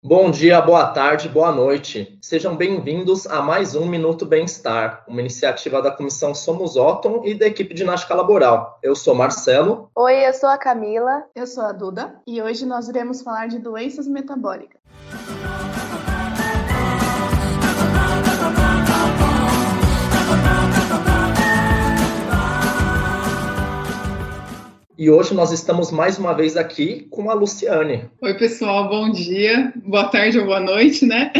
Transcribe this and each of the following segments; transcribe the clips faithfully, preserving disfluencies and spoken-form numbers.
Bom dia, boa tarde, boa noite. Sejam bem-vindos a mais um Minuto Bem-Estar, uma iniciativa da Comissão Somos Otton e da equipe de ginástica laboral. Eu sou Marcelo. Oi, eu sou a Camila. Eu sou a Duda e hoje nós iremos falar de doenças metabólicas. E hoje nós estamos mais uma vez aqui com a Luciane. Oi, pessoal, bom dia, boa tarde ou boa noite, né?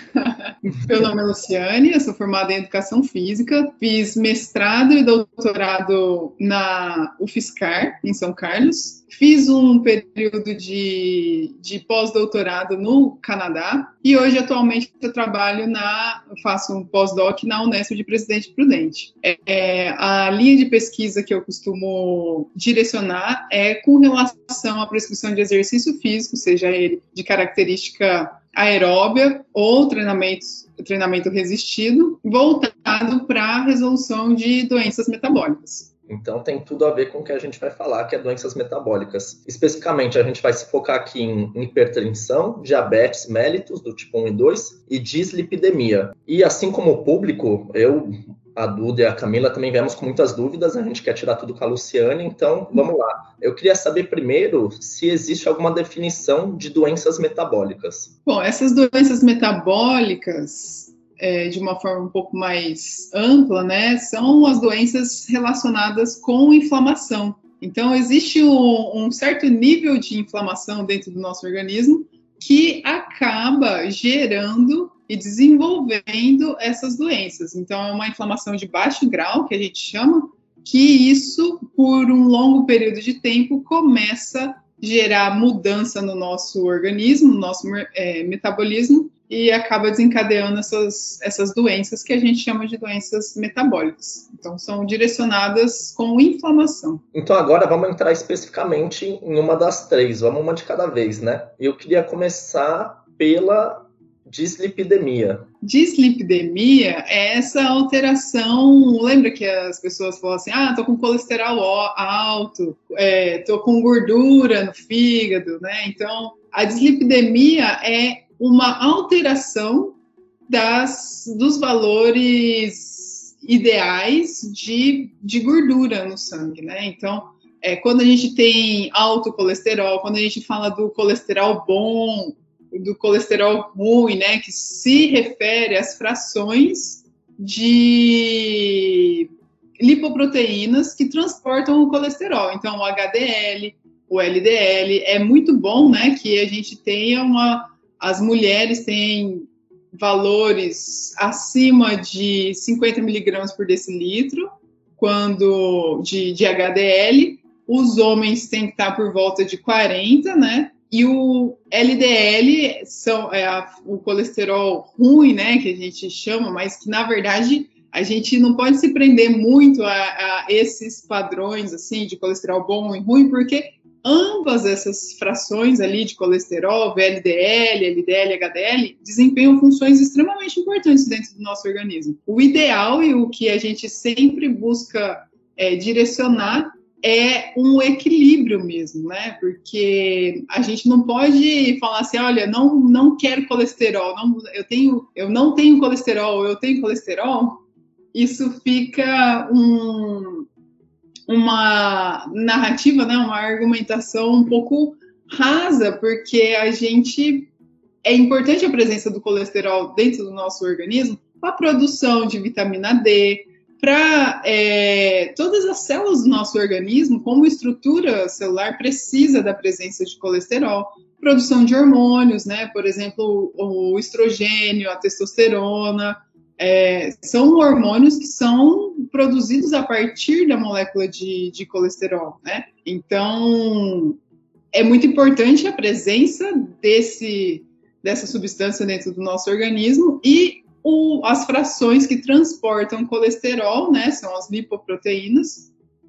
Meu nome é Luciane, eu sou formada em Educação Física, fiz mestrado e doutorado na UFSCar, em São Carlos, fiz um período de, de pós-doutorado no Canadá e hoje, atualmente, eu trabalho na, eu faço um pós-doc na Unesp de Presidente Prudente. É, é, a linha de pesquisa que eu costumo direcionar é com relação à prescrição de exercício físico, seja ele de característica aeróbia ou treinamento, treinamento resistido, voltado para a resolução de doenças metabólicas. Então tem tudo a ver com o que a gente vai falar, que é doenças metabólicas. Especificamente, a gente vai se focar aqui em hipertensão, diabetes mellitus, do tipo um e dois, e dislipidemia. E assim como o público, eu, a Duda e a Camila também viemos com muitas dúvidas, a gente quer tirar tudo com a Luciane, então vamos lá. Eu queria saber primeiro se existe alguma definição de doenças metabólicas. Bom, essas doenças metabólicas, é, de uma forma um pouco mais ampla, né, são as doenças relacionadas com inflamação. Então, existe um, um certo nível de inflamação dentro do nosso organismo que acaba gerando e desenvolvendo essas doenças. Então, é uma inflamação de baixo grau, que a gente chama, que isso, por um longo período de tempo, começa a gerar mudança no nosso organismo, no nosso é, metabolismo, e acaba desencadeando essas, essas doenças que a gente chama de doenças metabólicas. Então, são direcionadas com inflamação. Então, agora vamos entrar especificamente em uma das três, vamos uma de cada vez, né? Eu queria começar pela dislipidemia. Dislipidemia é essa alteração, lembra que as pessoas falam assim, ah, tô com colesterol alto, é, tô com gordura no fígado, né? Então, a dislipidemia é uma alteração das, dos valores ideais de, de gordura no sangue, né? Então, é, quando a gente tem alto colesterol, quando a gente fala do colesterol bom, do colesterol ruim, né, que se refere às frações de lipoproteínas que transportam o colesterol. Então, o H D L, o L D L, é muito bom, né, que a gente tenha uma... As mulheres têm valores acima de cinquenta miligramas por decilitro quando, de, de H D L, os homens têm que estar por volta de quarenta, né? E o L D L são, é a, o colesterol ruim, né, que a gente chama, mas que, na verdade, a gente não pode se prender muito a, a esses padrões, assim, de colesterol bom e ruim, porque ambas essas frações ali de colesterol, V L D L, L D L, H D L, desempenham funções extremamente importantes dentro do nosso organismo. O ideal e o que a gente sempre busca é, direcionar é um equilíbrio mesmo, né? Porque a gente não pode falar assim, olha, não, não quero colesterol, não, eu, tenho, eu não tenho colesterol, eu tenho colesterol. Isso fica um, uma narrativa, né? Uma argumentação um pouco rasa, porque a gente... É importante a presença do colesterol dentro do nosso organismo para a produção de vitamina D, para é, todas as células do nosso organismo, como estrutura celular, precisa da presença de colesterol, produção de hormônios, né? Por exemplo, o estrogênio, a testosterona, é, são hormônios que são produzidos a partir da molécula de, de colesterol, né? Então, é muito importante a presença desse, dessa substância dentro do nosso organismo e O, as frações que transportam colesterol, né, são as lipoproteínas,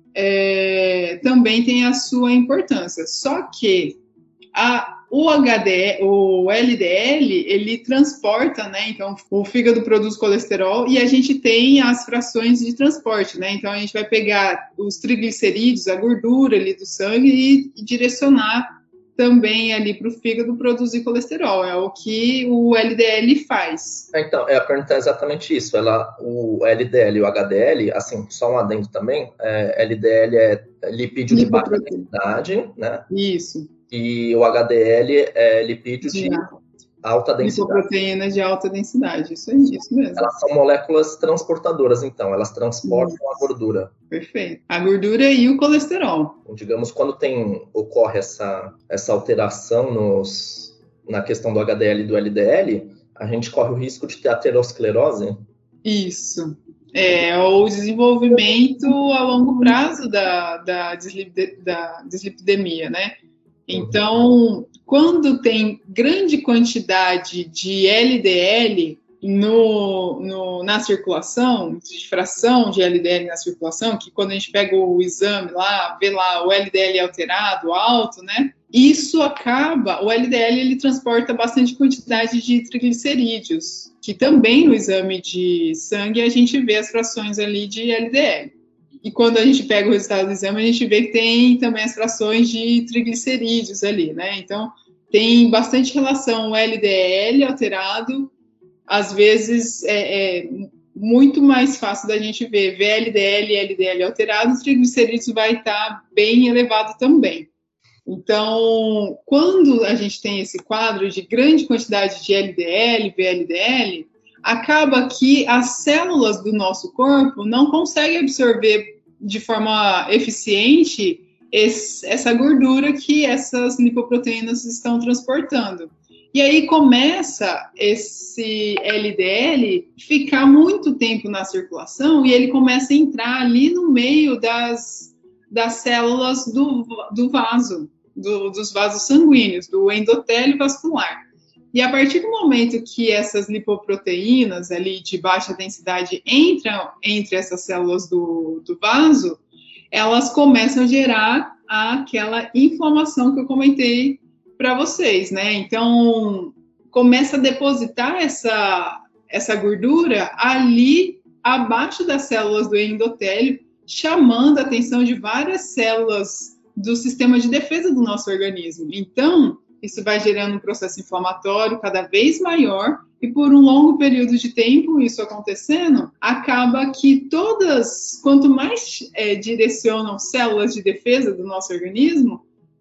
é, também tem a sua importância. Só que a, o H D L, o L D L, ele transporta, né, então o fígado produz colesterol e a gente tem as frações de transporte, né, então a gente vai pegar os triglicerídeos, a gordura ali do sangue e, e direcionar também ali para o fígado produzir colesterol, é o que o L D L faz. Então, é, a pergunta é exatamente isso. Ela, o L D L e o H D L, assim, só um adendo também, é, L D L é lipídio de baixa densidade, né? Isso. E o H D L é lipídio de, de alta densidade. Lipoproteínas de alta densidade, isso é isso mesmo. Elas são moléculas transportadoras, então, elas transportam isso. A gordura. Perfeito. A gordura e o colesterol. Digamos, quando tem, ocorre essa, essa alteração nos, na questão do H D L e do L D L, a gente corre o risco de ter aterosclerose. Isso. É, o desenvolvimento a longo prazo da, da, dislip, da dislipidemia, né? Então, quando tem grande quantidade de L D L no, no, na circulação, de fração de L D L na circulação, que quando a gente pega o exame lá, vê lá o L D L alterado, alto, né? Isso acaba, o L D L ele transporta bastante quantidade de triglicerídeos, que também no exame de sangue a gente vê as frações ali de L D L. E quando a gente pega o resultado do exame, a gente vê que tem também as frações de triglicerídeos ali, né? Então, tem bastante relação o L D L alterado, às vezes é, é muito mais fácil da gente ver, ver L D L e L D L alterado, os triglicerídeos vai estar bem elevado também. Então, quando a gente tem esse quadro de grande quantidade de L D L, V L D L, acaba que as células do nosso corpo não conseguem absorver de forma eficiente esse, essa gordura que essas lipoproteínas estão transportando. E aí começa esse L D L ficar muito tempo na circulação e ele começa a entrar ali no meio das, das células do, do vaso, do, dos vasos sanguíneos, do endotélio vascular. E a partir do momento que essas lipoproteínas ali de baixa densidade entram entre essas células do, do vaso, elas começam a gerar aquela inflamação que eu comentei para vocês, né? Então, começa a depositar essa, essa gordura ali abaixo das células do endotélio, chamando a atenção de várias células do sistema de defesa do nosso organismo. Então, isso vai gerando um processo inflamatório cada vez maior e por um longo período de tempo isso acontecendo, acaba que todas, quanto mais é, direcionam células de defesa do nosso organismo,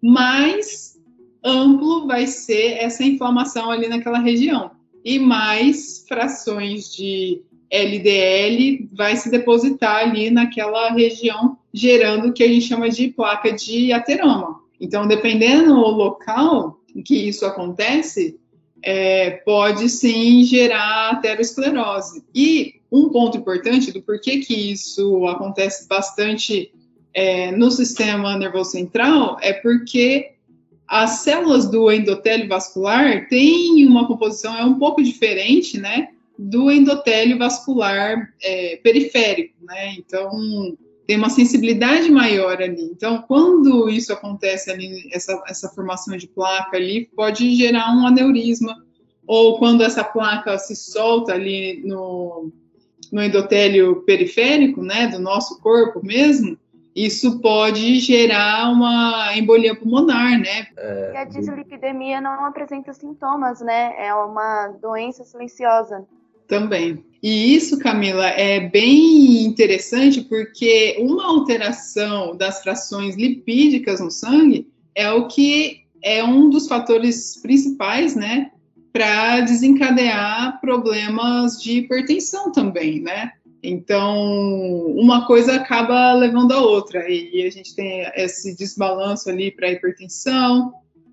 mais amplo vai ser essa inflamação ali naquela região e mais frações de L D L vai se depositar ali naquela região, gerando o que a gente chama de placa de ateroma. Então, dependendo do local em que isso acontece, é, pode sim gerar aterosclerose. E um ponto importante do porquê que isso acontece bastante é, no sistema nervoso central é porque as células do endotélio vascular têm uma composição é um pouco diferente, né, do endotélio vascular é, periférico, né? Então, tem uma sensibilidade maior ali. Então, quando isso acontece ali, essa, essa formação de placa ali, pode gerar um aneurisma, ou quando essa placa se solta ali no, no endotélio periférico, né, do nosso corpo mesmo, isso pode gerar uma embolia pulmonar, né? É... E a dislipidemia não apresenta sintomas, né? É uma doença silenciosa. Também. E isso, Camila, é bem interessante porque uma alteração das frações lipídicas no sangue é o que é um dos fatores principais, né, para desencadear problemas de hipertensão também, né? Então, uma coisa acaba levando a outra e a gente tem esse desbalanço ali para a hipertensão.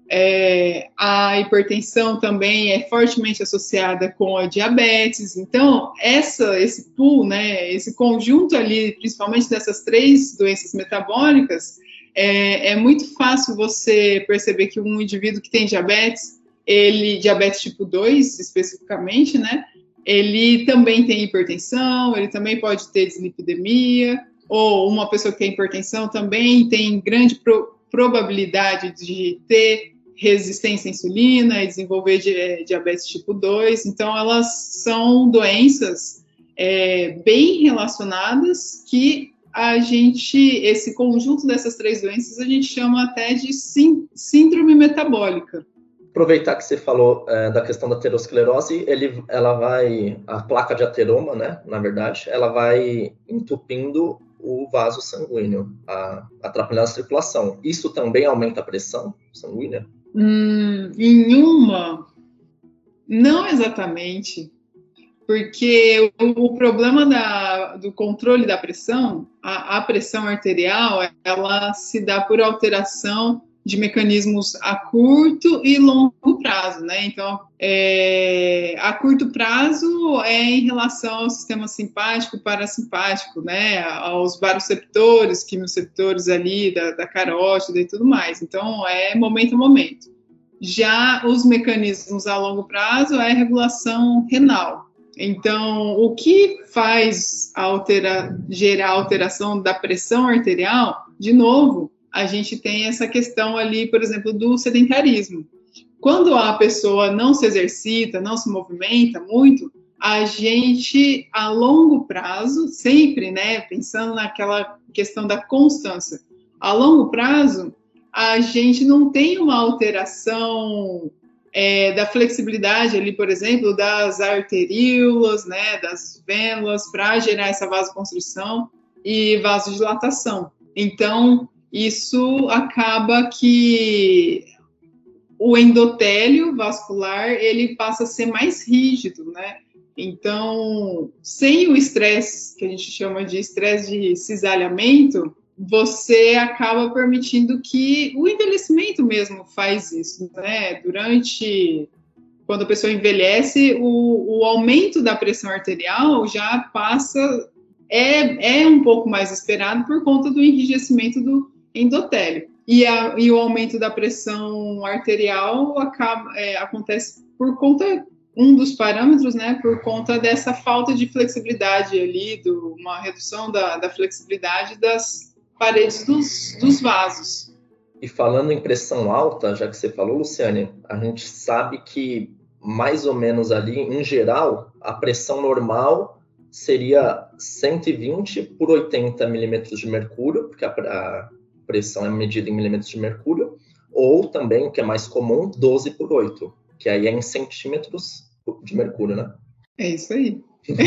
É, a hipertensão também é fortemente associada com a diabetes, então essa, esse pool, né, esse conjunto ali, principalmente dessas três doenças metabólicas, é, é muito fácil você perceber que um indivíduo que tem diabetes, ele, diabetes tipo dois especificamente, né, ele também tem hipertensão, ele também pode ter dislipidemia, ou uma pessoa que tem hipertensão também tem grande pro, probabilidade de ter resistência à insulina e desenvolver diabetes tipo dois. Então, elas são doenças é, bem relacionadas que a gente, esse conjunto dessas três doenças, a gente chama até de sim, síndrome metabólica. Aproveitar que você falou é, da questão da aterosclerose, ele, ela vai, a placa de ateroma, né, na verdade, ela vai entupindo o vaso sanguíneo, a, atrapalhando a circulação. Isso também aumenta a pressão sanguínea? Hum, em uma, não exatamente, porque o, o problema da, do controle da pressão, a, a pressão arterial, ela se dá por alteração de mecanismos a curto e longo prazo, né? Então, é, a curto prazo é em relação ao sistema simpático, parasimpático, né? Aos baroreceptores, quimioreceptores ali da, da carótida e tudo mais. Então, é momento a momento. Já os mecanismos a longo prazo é a regulação renal. Então, o que faz altera, gerar alteração da pressão arterial, de novo, a gente tem essa questão ali, por exemplo, do sedentarismo. Quando a pessoa não se exercita, não se movimenta muito, a gente, a longo prazo, sempre, né, pensando naquela questão da constância, a longo prazo, a gente não tem uma alteração é, da flexibilidade ali, por exemplo, das arteríolas, né, das vênulas, para gerar essa vasoconstrição e vasodilatação. Então, isso acaba que o endotélio vascular, ele passa a ser mais rígido, né? Então, sem o estresse, que a gente chama de estresse de cisalhamento, você acaba permitindo que o envelhecimento mesmo faz isso, né? Durante, quando a pessoa envelhece, o, o aumento da pressão arterial já passa, é, é um pouco mais esperado por conta do enrijecimento do endotélio. E, a, e o aumento da pressão arterial acaba, é, acontece por conta, um dos parâmetros, né, por conta dessa falta de flexibilidade ali, do, uma redução da, da flexibilidade das paredes dos, dos vasos. E falando em pressão alta, já que você falou, Luciane, a gente sabe que mais ou menos ali, em geral, a pressão normal seria cento e vinte por oitenta milímetros de mercúrio, porque a, a pressão é medida em milímetros de mercúrio, ou também, o que é mais comum, doze por oito, que aí é em centímetros de mercúrio, né? É isso aí.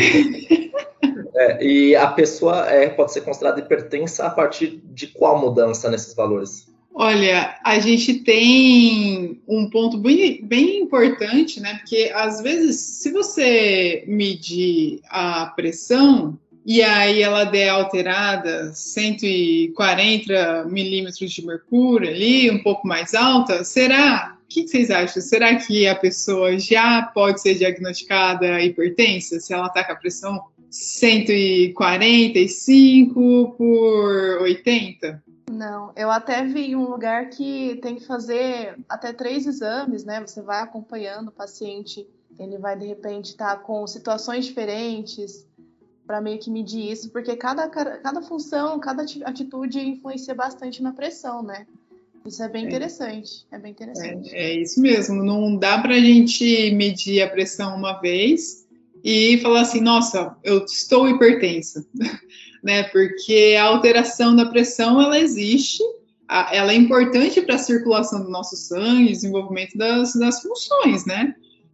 É, e a pessoa é, pode ser considerada hipertensa a partir de qual mudança nesses valores? Olha, a gente tem um ponto bem, bem importante, né? Porque, às vezes, se você medir a pressão e aí ela der alterada cento e quarenta milímetros de mercúrio ali, um pouco mais alta, será? O que vocês acham? Será que a pessoa já pode ser diagnosticada hipertensa se ela está com a pressão cento e quarenta e cinco por oitenta? Não, eu até vi um lugar que tem que fazer até três exames, né? Você vai acompanhando o paciente, ele vai de repente estar com situações diferentes para meio que medir isso, porque cada, cada função, cada atitude influencia bastante na pressão, né? Isso é bem é. interessante, é bem interessante. É, é isso mesmo, não dá para a gente medir a pressão uma vez e falar assim, nossa, eu estou hipertensa, né? Porque a alteração da pressão, ela existe, ela é importante para a circulação do nosso sangue, desenvolvimento das, das funções, né?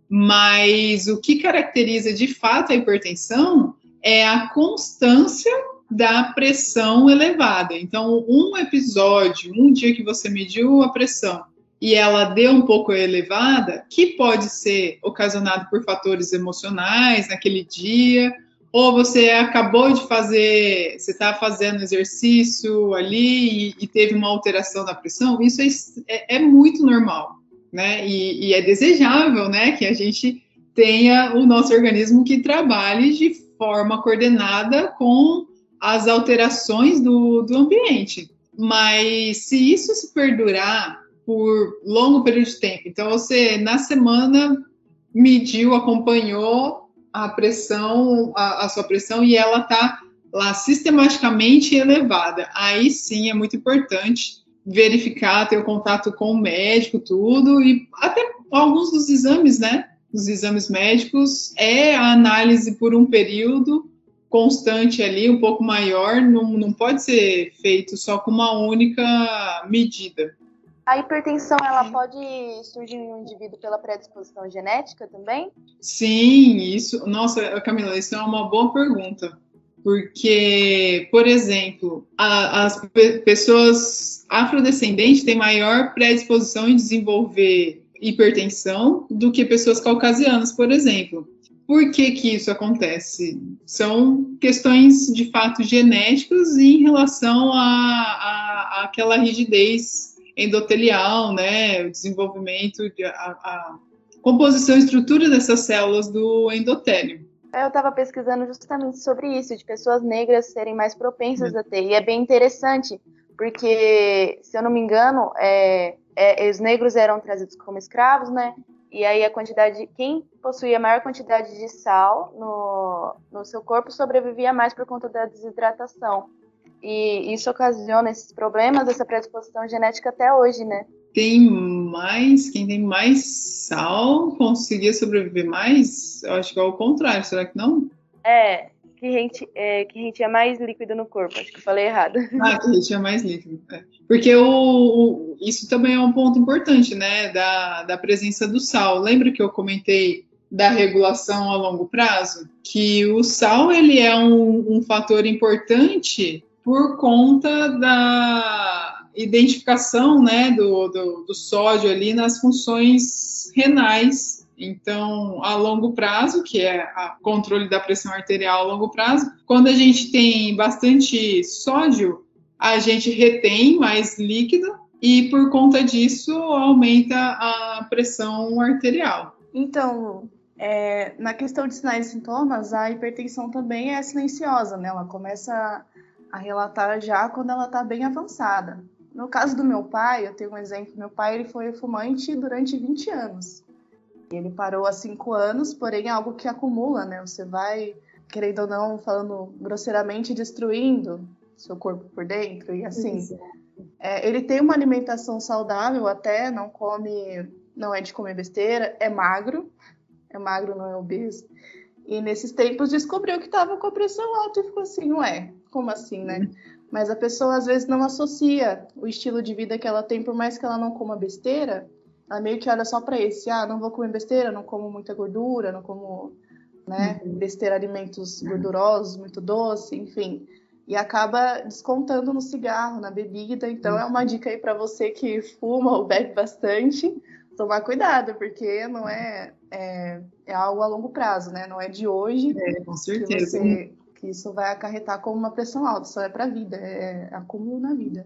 Mas o que caracteriza de fato a hipertensão é a constância da pressão elevada. Então, um episódio, um dia que você mediu a pressão e ela deu um pouco elevada, que pode ser ocasionado por fatores emocionais naquele dia, ou você acabou de fazer, você está fazendo exercício ali e, e teve uma alteração da pressão, isso é, é, é muito normal, né? E, e é desejável, né, que a gente tenha o nosso organismo que trabalhe de forma coordenada com as alterações do, do ambiente. Mas se isso se perdurar por longo período de tempo, então você na semana mediu, acompanhou a pressão, a, a sua pressão e ela está lá sistematicamente elevada, aí sim é muito importante verificar, ter o contato com o médico, tudo, e até alguns dos exames, né? Os exames médicos é a análise por um período constante ali, um pouco maior, não, não pode ser feito só com uma única medida. A hipertensão, ela pode surgir em um indivíduo pela predisposição genética também? Sim, isso. Nossa, Camila, isso é uma boa pergunta. Porque, por exemplo, a, as pe- pessoas afrodescendentes têm maior predisposição em desenvolver hipertensão do que pessoas caucasianas, por exemplo. Por que que isso acontece? São questões, de fato, genéticas em relação à a, a, àquela rigidez endotelial, né? O desenvolvimento, de, a, a composição e estrutura dessas células do endotélio. Eu estava pesquisando justamente sobre isso, de pessoas negras serem mais propensas a ter. E é bem interessante, porque, se eu não me engano, é, é, os negros eram trazidos como escravos, né? E aí a quantidade, quem possuía maior quantidade de sal no, no seu corpo sobrevivia mais por conta da desidratação. E isso ocasiona esses problemas, essa predisposição genética até hoje, né? Tem mais, quem tem mais sal conseguia sobreviver mais? Eu acho que é o contrário, será que não? É, que a gente, é, que a gente é mais líquido no corpo, acho que eu falei errado. Ah, que a gente é mais líquido. É. Porque o, o, isso também é um ponto importante, né, da, da presença do sal. Lembra que eu comentei da regulação a longo prazo? Que o sal, ele é um, um fator importante por conta da identificação, né, do, do, do sódio ali nas funções renais. Então, a longo prazo, que é o controle da pressão arterial a longo prazo, quando a gente tem bastante sódio, a gente retém mais líquido e, por conta disso, aumenta a pressão arterial. Então, é, na questão de sinais e sintomas, a hipertensão também é silenciosa, né? Ela começa a relatar já quando ela está bem avançada. No caso do meu pai, eu tenho um exemplo, meu pai ele foi fumante durante vinte anos. Ele parou há cinco anos, porém é algo que acumula, né? Você vai, querendo ou não, falando grosseiramente, destruindo seu corpo por dentro e assim. É, ele tem uma alimentação saudável até, não come, não é de comer besteira, é magro, é magro, não é obeso. E nesses tempos descobriu que estava com a pressão alta e ficou assim, ué, como assim, né? Mas a pessoa às vezes não associa o estilo de vida que ela tem, por mais que ela não coma besteira, ela meio que olha só para esse, ah, não vou comer besteira, não como muita gordura, não como, né, besteira, alimentos gordurosos, muito doce, enfim. E acaba descontando no cigarro, na bebida. Então é uma dica aí para você que fuma ou bebe bastante, tomar cuidado, porque não é, é, é algo a longo prazo, né? Não é de hoje é, com certeza. Que, você, que isso vai acarretar como uma pressão alta, só é para a vida, é acúmulo na vida.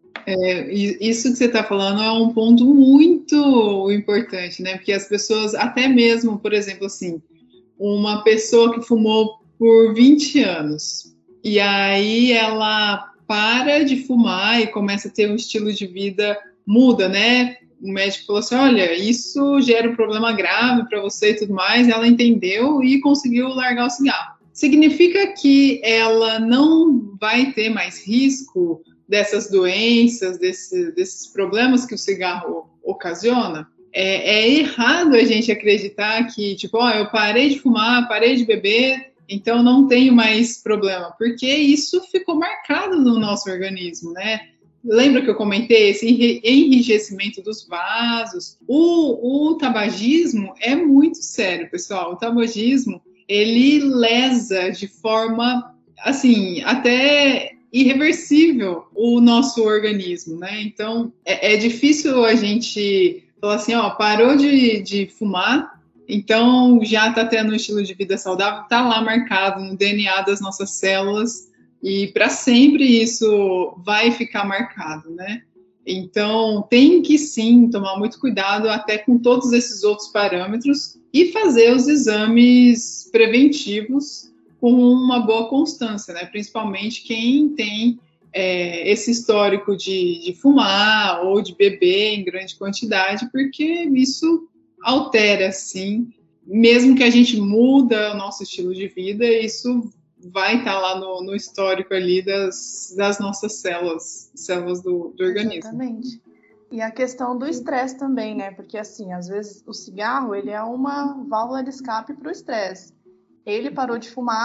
É, isso que você está falando é um ponto muito importante, né? Porque as pessoas, até mesmo, por exemplo, assim, uma pessoa que fumou por vinte anos e aí ela para de fumar e começa a ter um estilo de vida, muda, né? O médico falou assim, olha, isso gera um problema grave para você e tudo mais. Ela entendeu e conseguiu largar o cigarro. Significa que ela não vai ter mais risco dessas doenças, desse, desses problemas que o cigarro ocasiona? É, é errado a gente acreditar que, tipo, ó, eu parei de fumar, parei de beber, então não tenho mais problema, porque isso ficou marcado no nosso organismo, né? Lembra que eu comentei esse enrijecimento dos vasos? O, o tabagismo é muito sério, pessoal. O tabagismo, ele lesa de forma, assim, até irreversível o nosso organismo, né? Então, é, é difícil a gente falar assim, ó, parou de, de fumar, então já tá tendo um estilo de vida saudável, tá lá marcado no D N A das nossas células e para sempre isso vai ficar marcado, né? Então, tem que sim tomar muito cuidado até com todos esses outros parâmetros e fazer os exames preventivos com uma boa constância, né? Principalmente quem tem é, esse histórico de, de fumar ou de beber em grande quantidade, porque isso altera, sim. Mesmo que a gente muda o nosso estilo de vida, isso vai estar lá no, no histórico ali das, das nossas células, células do, do organismo. Exatamente. E a questão do estresse também, né? Porque, assim, às vezes o cigarro, ele é uma válvula de escape para o estresse. Ele parou de fumar,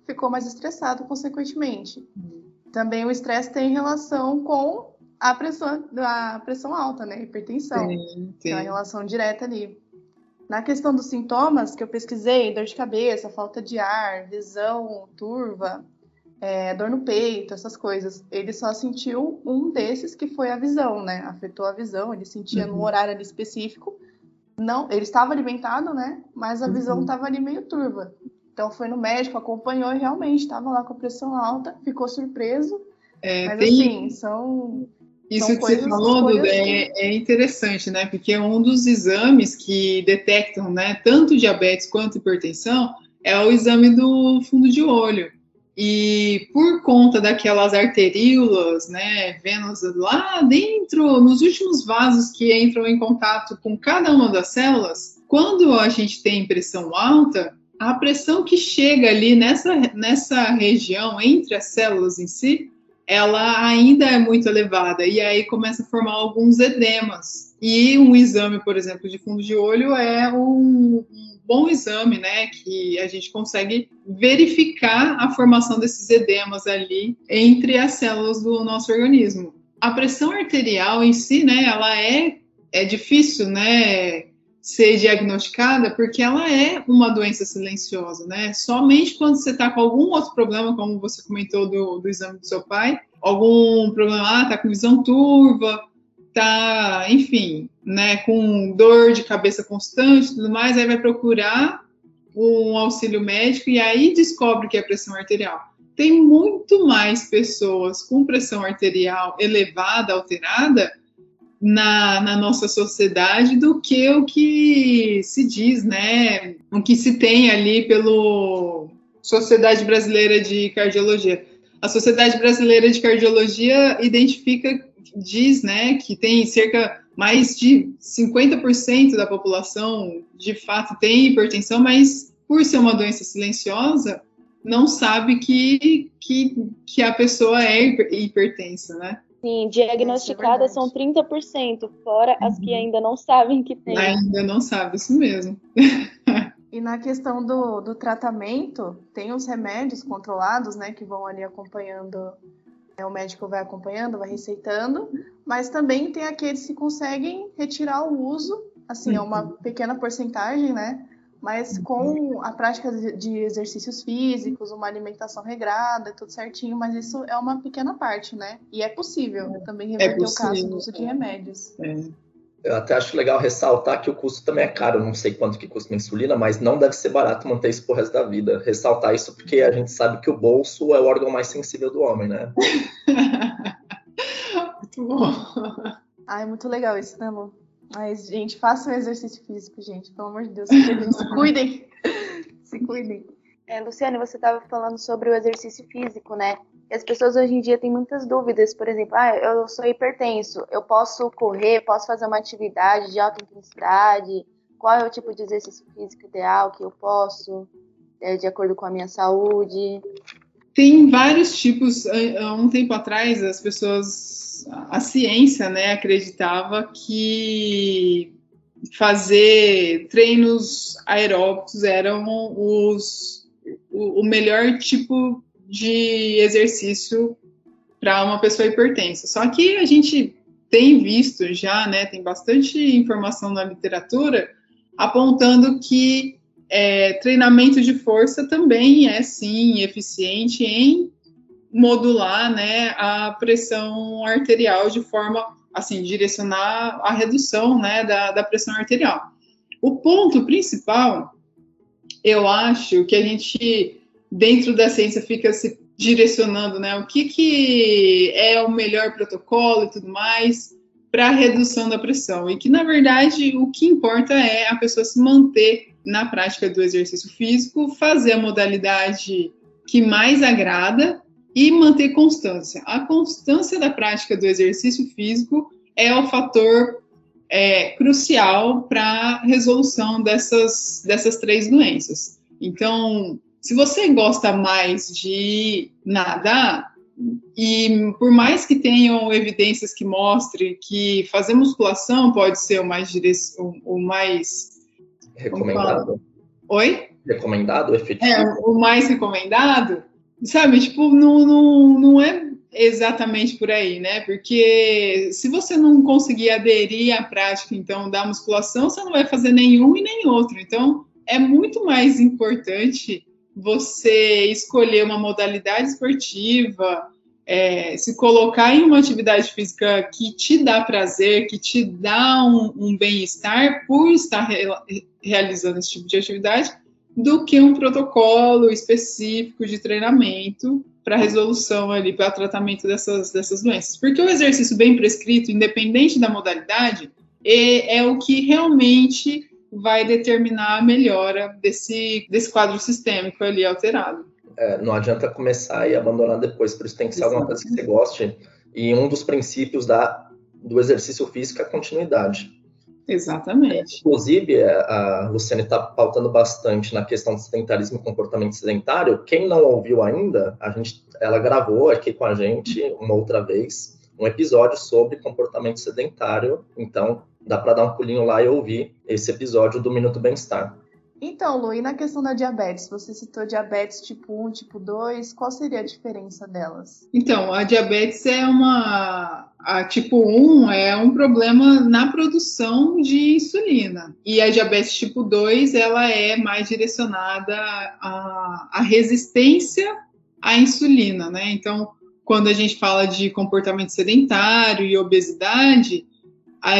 ficou mais estressado, consequentemente. Também o estresse tem relação com a pressão, a pressão alta, né? Hipertensão. Sim, sim. Tem uma relação direta ali. Na questão dos sintomas que eu pesquisei, dor de cabeça, falta de ar, visão turva, é, dor no peito, essas coisas, ele só sentiu um desses, que foi a visão, né? Afetou a visão, ele sentia Uhum. num horário ali específico. Não, ele estava alimentado, né? Mas a visão estava ali meio turva. Então foi no médico, acompanhou e realmente estava lá com a pressão alta, ficou surpreso. É, Mas tem... assim, são... Isso São que você coisas, falou, Duda, escolhas é, é interessante, né? Porque é um dos exames que detectam, né, tanto diabetes quanto hipertensão, é o exame do fundo de olho. E por conta daquelas arteríolas, né, venosas lá dentro, nos últimos vasos que entram em contato com cada uma das células, quando a gente tem pressão alta, a pressão que chega ali nessa, nessa região entre as células em si, ela ainda é muito elevada, e aí começa a formar alguns edemas. E um exame, por exemplo, de fundo de olho é um, um bom exame, né, que a gente consegue verificar a formação desses edemas ali entre as células do nosso organismo. A pressão arterial em si, né, ela é, é difícil, né, ser diagnosticada, porque ela é uma doença silenciosa, né? Somente quando você está com algum outro problema, como você comentou do, do exame do seu pai, algum problema, ah, tá com visão turva, tá, enfim, né, com dor de cabeça constante e tudo mais, aí vai procurar um auxílio médico e aí descobre que é pressão arterial. Tem muito mais pessoas com pressão arterial elevada, alterada, Na, na nossa sociedade do que o que se diz, né? O que se tem ali pela Sociedade Brasileira de Cardiologia. A Sociedade Brasileira de Cardiologia identifica, diz, né, que tem cerca mais de cinquenta por cento da população de fato tem hipertensão, mas por ser uma doença silenciosa, não sabe que, que, que a pessoa é hipertensa, né? Sim, diagnosticadas é são trinta por cento, fora as que ainda não sabem que tem. Ainda não sabe, isso mesmo. E na questão do, do tratamento, tem os remédios controlados, né, que vão ali acompanhando, né, o médico vai acompanhando, vai receitando, mas também tem aqueles que conseguem retirar o uso, assim, é uma pequena porcentagem, né, mas com a prática de exercícios físicos, uma alimentação regrada, tudo certinho, mas isso é uma pequena parte, né? E é possível também reverter é possível, o caso do uso de remédios. É. Eu até acho legal ressaltar que o custo também é caro, não sei quanto que custa uma insulina, mas não deve ser barato manter isso pro resto da vida. Ressaltar isso porque a gente sabe que o bolso é o órgão mais sensível do homem, né? Muito bom. Ah, é muito legal isso, né, Lu? Mas, gente, façam exercício físico, gente. Pelo amor de Deus, se cuidem. Se cuidem. É, Luciane, você estava falando sobre o exercício físico, né? E as pessoas hoje em dia têm muitas dúvidas. Por exemplo, ah, eu sou hipertenso. Eu posso correr, posso fazer uma atividade de alta intensidade? Qual é o tipo de exercício físico ideal que eu posso, é, de acordo com a minha saúde? Tem vários tipos. Há um tempo atrás, as pessoas... A ciência, né, acreditava que fazer treinos aeróbicos eram os, o, o melhor tipo de exercício para uma pessoa hipertensa. Só que a gente tem visto já, né, tem bastante informação na literatura apontando que é, treinamento de força também é, sim, eficiente em modular, né, a pressão arterial de forma, assim, direcionar a redução, né, da, da pressão arterial. O ponto principal, eu acho que a gente, dentro da ciência, fica se direcionando, né, o que, que é o melhor protocolo e tudo mais para a redução da pressão. E que, na verdade, o que importa é a pessoa se manter na prática do exercício físico, fazer a modalidade que mais agrada e manter constância. A constância da prática do exercício físico é o fator é, crucial para a resolução dessas, dessas três doenças. Então, se você gosta mais de nadar, e por mais que tenham evidências que mostrem que fazer musculação pode ser o mais, direc... o mais recomendado. Oi? recomendado, efetivo. É, o mais recomendado, sabe? Tipo, não, não, não é exatamente por aí, né? Porque se você não conseguir aderir à prática, então, da musculação, você não vai fazer nenhum e nem outro. Então, é muito mais importante você escolher uma modalidade esportiva, é, se colocar em uma atividade física que te dá prazer, que te dá um, um bem-estar por estar re realizando esse tipo de atividade, do que um protocolo específico de treinamento para resolução ali, para tratamento dessas, dessas doenças. Porque o exercício bem prescrito, independente da modalidade, é, é o que realmente vai determinar a melhora desse, desse quadro sistêmico ali alterado. É, não adianta começar e abandonar depois, por isso tem que ser alguma coisa que você goste. E um dos princípios da, do exercício físico é a continuidade. Exatamente. Inclusive, a Luciane está pautando bastante na questão do sedentarismo e comportamento sedentário. Quem não ouviu ainda, a gente, ela gravou aqui com a gente uma outra vez um episódio sobre comportamento sedentário. Então, dá para dar um pulinho lá e ouvir esse episódio do Minuto Bem-Estar. Então, Lu, e na questão da diabetes? Você citou diabetes tipo um, tipo dois, qual seria a diferença delas? Então, a diabetes é uma... A tipo um é um problema na produção de insulina. E a diabetes tipo dois, ela é mais direcionada à, à resistência à insulina, né? Então, quando a gente fala de comportamento sedentário e obesidade, a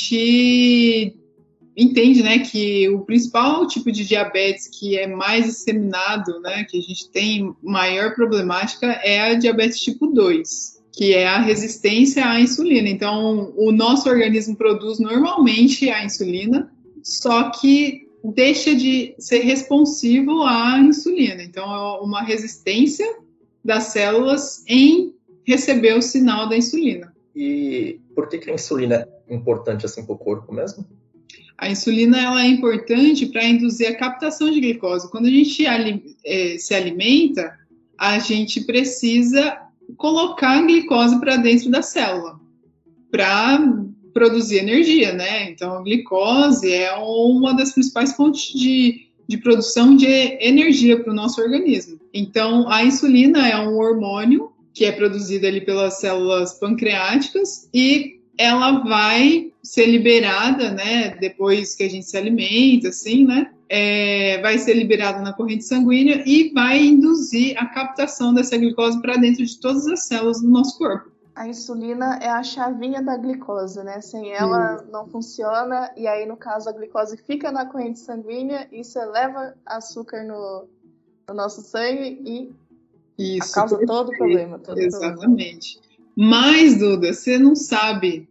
gente entende, né, que o principal tipo de diabetes que é mais disseminado, né, que a gente tem maior problemática é a diabetes tipo dois, que é a resistência à insulina. Então, o nosso organismo produz normalmente a insulina, só que deixa de ser responsivo à insulina. Então, é uma resistência das células em receber o sinal da insulina. E por que, que a insulina é importante assim para o corpo mesmo? A insulina ela é importante para induzir a captação de glicose. Quando a gente é, se alimenta, a gente precisa colocar a glicose para dentro da célula para produzir energia, né? Então, a glicose é uma das principais fontes de, de produção de energia para o nosso organismo. Então, a insulina é um hormônio que é produzido ali pelas células pancreáticas e ela vai ser liberada, né, depois que a gente se alimenta, assim, né, é, vai ser liberada na corrente sanguínea e vai induzir a captação dessa glicose para dentro de todas as células do nosso corpo. A insulina é a chavinha da glicose, né? Sem ela hum. não funciona, e aí, no caso, a glicose fica na corrente sanguínea e isso eleva açúcar no, no nosso sangue e isso, causa todo o problema. Todo Exatamente. Problema. Mas, Duda, você não sabe...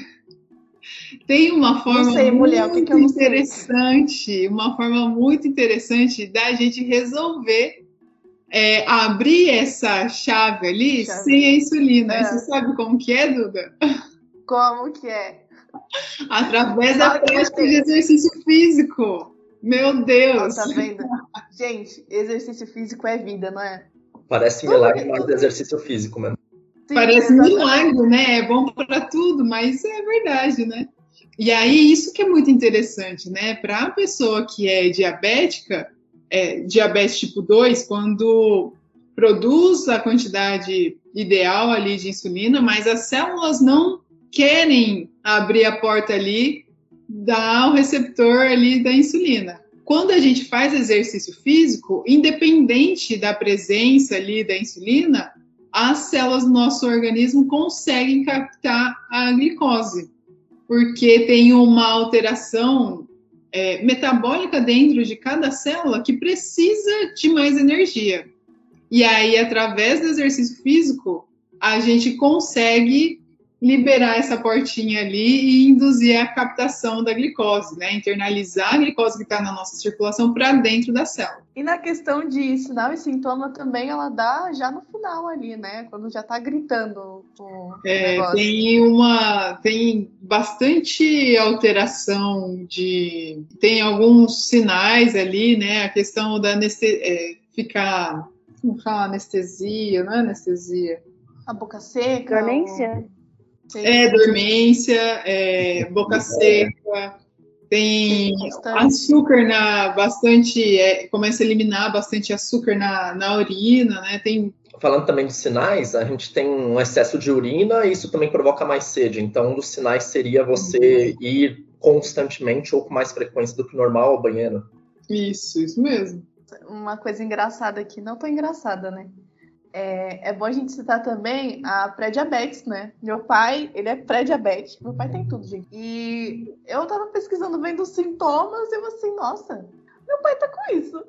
Tem uma forma sei, mulher, muito que que interessante, sei? uma forma muito interessante da gente resolver é, abrir essa chave ali chave. sem a insulina. É. Você sabe como que é, Duda? Como que é? Através da prática de exercício físico. Meu Deus! Oh, tá vendo? Gente, exercício físico é vida, não é? Parece milagre, mas é exercício físico mesmo. Sim, Parece exatamente. milagre, né? É bom para tudo, mas é verdade, né? E aí, isso que é muito interessante, né? Para a pessoa que é diabética, é, diabetes tipo dois, quando produz a quantidade ideal ali de insulina, mas as células não querem abrir a porta ali, dar o receptor ali da insulina. Quando a gente faz exercício físico, independente da presença ali da insulina, as células do nosso organismo conseguem captar a glicose, porque tem uma alteração é, metabólica dentro de cada célula que precisa de mais energia. E aí, através do exercício físico, a gente consegue liberar essa portinha ali e induzir a captação da glicose, né? Internalizar a glicose que está na nossa circulação para dentro da célula. E na questão de sinal e sintoma também, ela dá já no final ali, né? Quando já está gritando o é, negócio. Tem uma, tem bastante alteração de, tem alguns sinais ali, né? A questão da anestesia, é, ficar, como fala, anestesia, não é anestesia? A boca seca. Dormência? Ou... É, dormência, é, boca seca, tem açúcar na bastante, é, começa a eliminar bastante açúcar na, na urina, né? Tem... Falando também de sinais, a gente tem um excesso de urina e isso também provoca mais sede. Então, um dos sinais seria você ir constantemente ou com mais frequência do que normal ao banheiro. Isso, isso mesmo. Uma coisa engraçada aqui, não tão engraçada, né? É, é bom a gente citar também a pré-diabetes, né? Meu pai, ele é pré-diabético. Meu pai tem tudo, gente. E eu tava pesquisando, vendo os sintomas, e eu assim, nossa, meu pai tá com isso.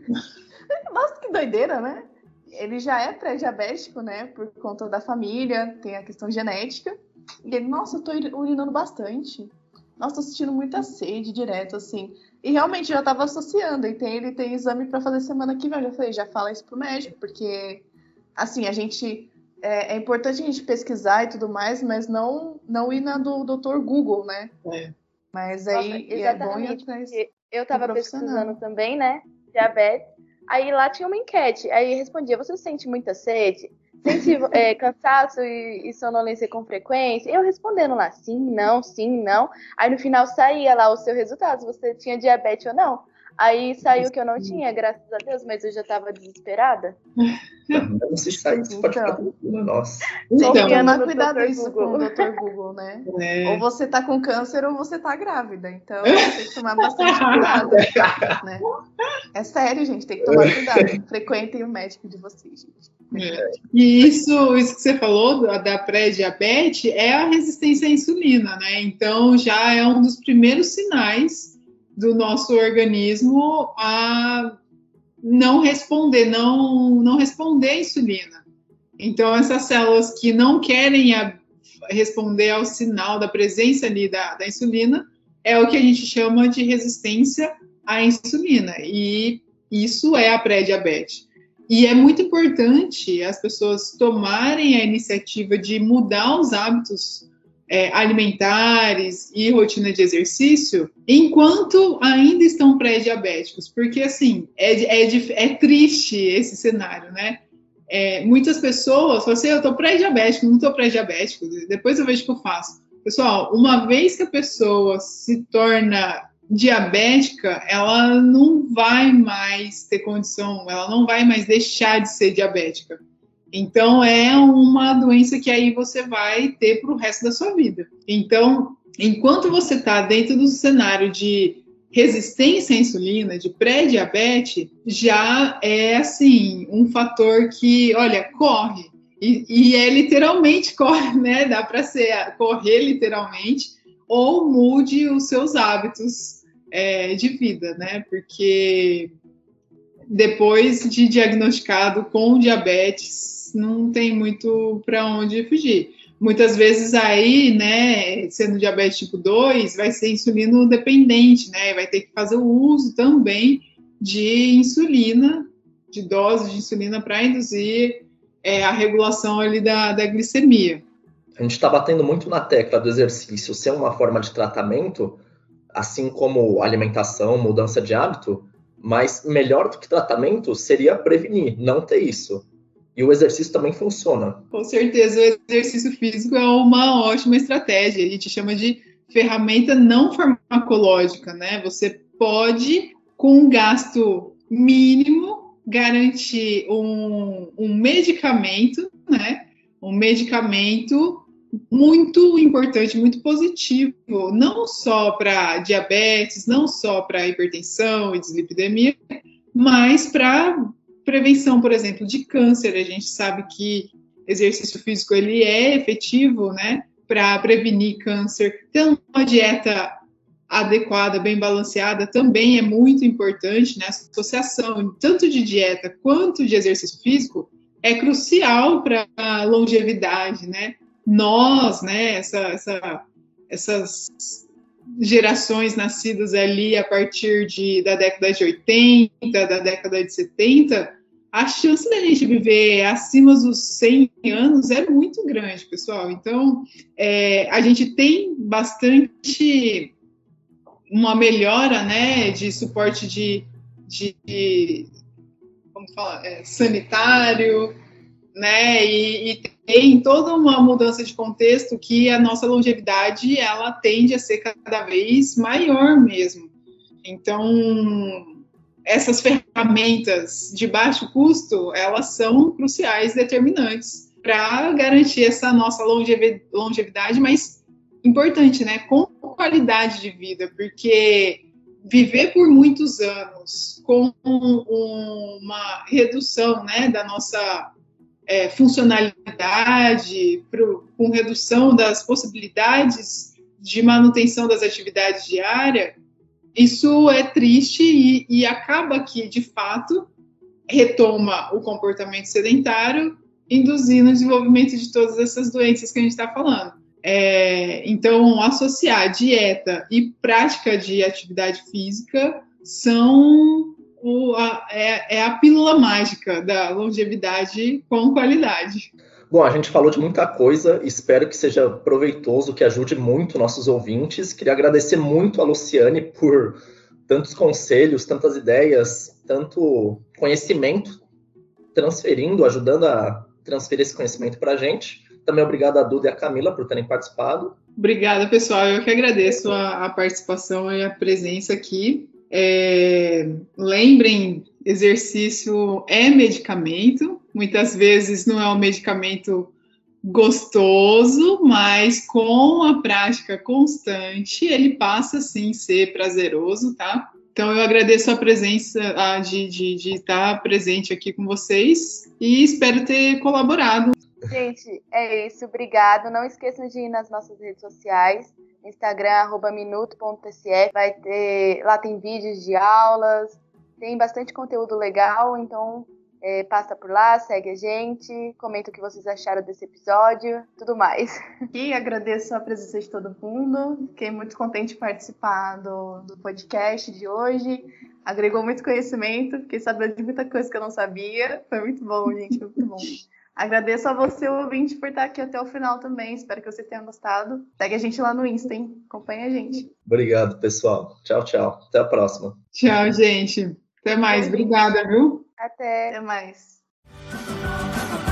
Nossa, que doideira, né? Ele já é pré-diabético, né? Por conta da família, tem a questão genética. E ele, nossa, eu tô urinando bastante. Nossa, tô sentindo muita sede direto, assim. E realmente já tava associando. E tem, ele tem exame pra fazer semana que vem. Eu já falei, já fala isso pro médico, porque... Assim, a gente... É, é importante a gente pesquisar e tudo mais, mas não, não ir na do doutor Google, né? É. Mas aí Nossa, é bom ir atrás. Eu tava pesquisando também, né? Diabetes. Aí lá tinha uma enquete. Aí respondia, você sente muita sede? Sente é, cansaço e, e sonolência com frequência? Eu respondendo lá, sim, não, sim, não. Aí no final saía lá o seu resultado, se você tinha diabetes ou não. Aí saiu que eu não tinha, graças a Deus, mas eu já tava desesperada. Não se sai, isso pode ficar tranquilo, nossa. Tem que Então, tomar cuidado isso com o doutor Google, né? É. Ou você tá com câncer ou você tá grávida. Então tem que tomar bastante cuidado, né? É sério, gente, tem que tomar cuidado. Frequentem o médico de vocês, gente. É. E isso, isso que você falou da, da pré-diabetes é a resistência à insulina, né? Então já é um dos primeiros sinais do nosso organismo a não responder, não, não responder à insulina. Então essas células que não querem a, responder ao sinal da presença ali da, da insulina é o que a gente chama de resistência à insulina. E isso é a pré-diabetes. E é muito importante as pessoas tomarem a iniciativa de mudar os hábitos é, alimentares e rotina de exercício enquanto ainda estão pré-diabéticos, porque assim, é, é, é triste esse cenário, né? É, muitas pessoas falam assim, eu estou pré-diabético, não estou pré-diabético, depois eu vejo o que eu faço. Pessoal, uma vez que a pessoa se torna diabética, ela não vai mais ter condição, ela não vai mais deixar de ser diabética. Então, é uma doença que aí você vai ter para o resto da sua vida. Então, enquanto você está dentro do cenário de resistência à insulina, de pré-diabetes, já é, assim, um fator que, olha, corre. E, e é literalmente corre, né? Dá para ser correr literalmente, ou mude os seus hábitos é, de vida, né? Porque depois de diagnosticado com diabetes, não tem muito para onde fugir. Muitas vezes aí, né, sendo diabetes tipo dois, vai ser insulino dependente, né? Vai ter que fazer o uso também de insulina, de doses de insulina para induzir é, a regulação ali da, da glicemia. A gente está batendo muito na tecla do exercício ser uma forma de tratamento, assim como alimentação, mudança de hábito, mas melhor do que tratamento seria prevenir, não ter isso. E o exercício também funciona. Com certeza, o exercício físico é uma ótima estratégia. A gente chama de ferramenta não farmacológica, né? Você pode, com um gasto mínimo, garantir um, um medicamento, né? Um medicamento muito importante, muito positivo, não só para diabetes, não só para hipertensão e dislipidemia, mas para prevenção, por exemplo, de câncer. A gente sabe que exercício físico ele é efetivo, né, para prevenir câncer. Ter uma dieta adequada, bem balanceada, também é muito importante, né? A associação tanto de dieta quanto de exercício físico é crucial para a longevidade, né? Nós, né, essa, essa, essas gerações nascidas ali a partir de, da década de oitenta, da década de setenta, a chance da gente viver acima dos cem anos é muito grande, pessoal. Então, é, a gente tem bastante uma melhora, né, de suporte de, de, de como fala, é, sanitário, né? E, e tem toda uma mudança de contexto que a nossa longevidade ela tende a ser cada vez maior mesmo. Então, essas ferramentas de baixo custo, elas são cruciais, determinantes para garantir essa nossa longevidade, mas importante, né? Com qualidade de vida, porque viver por muitos anos com uma redução, né, da nossa é, funcionalidade, pro, com redução das possibilidades de manutenção das atividades diárias, isso é triste e, e acaba que, de fato, retoma o comportamento sedentário, induzindo o desenvolvimento de todas essas doenças que a gente está falando. É, então, associar dieta e prática de atividade física são o, a, é, é a pílula mágica da longevidade com qualidade. Bom, a gente falou de muita coisa, espero que seja proveitoso, que ajude muito nossos ouvintes. Queria agradecer muito a Luciane por tantos conselhos, tantas ideias, tanto conhecimento, transferindo, ajudando a transferir esse conhecimento para a gente. Também obrigado a Duda e a Camila por terem participado. Obrigada, pessoal. Eu que agradeço a, a participação e a presença aqui. É, lembrem, exercício é medicamento. Muitas vezes não é um medicamento gostoso, mas com a prática constante, ele passa, sim, a ser prazeroso, tá? Então, eu agradeço a presença, a, de, de, de estar presente aqui com vocês e espero ter colaborado. Gente, é isso, obrigado. Não esqueçam de ir nas nossas redes sociais, Instagram, arroba minuto ponto t c f, vai ter, lá tem vídeos de aulas, tem bastante conteúdo legal, então é, passa por lá, segue a gente, comenta o que vocês acharam desse episódio, tudo mais. E agradeço a presença de todo mundo, fiquei muito contente de participar do, do podcast de hoje, agregou muito conhecimento, fiquei sabendo de muita coisa que eu não sabia, foi muito bom, gente, foi muito bom. Agradeço a você, ouvinte, por estar aqui até o final também. Espero que você tenha gostado. Segue a gente lá no Insta, hein? Acompanha a gente. Obrigado, pessoal. Tchau, tchau. Até a próxima. Tchau, gente. Até mais. Obrigada, viu? Até. Até mais.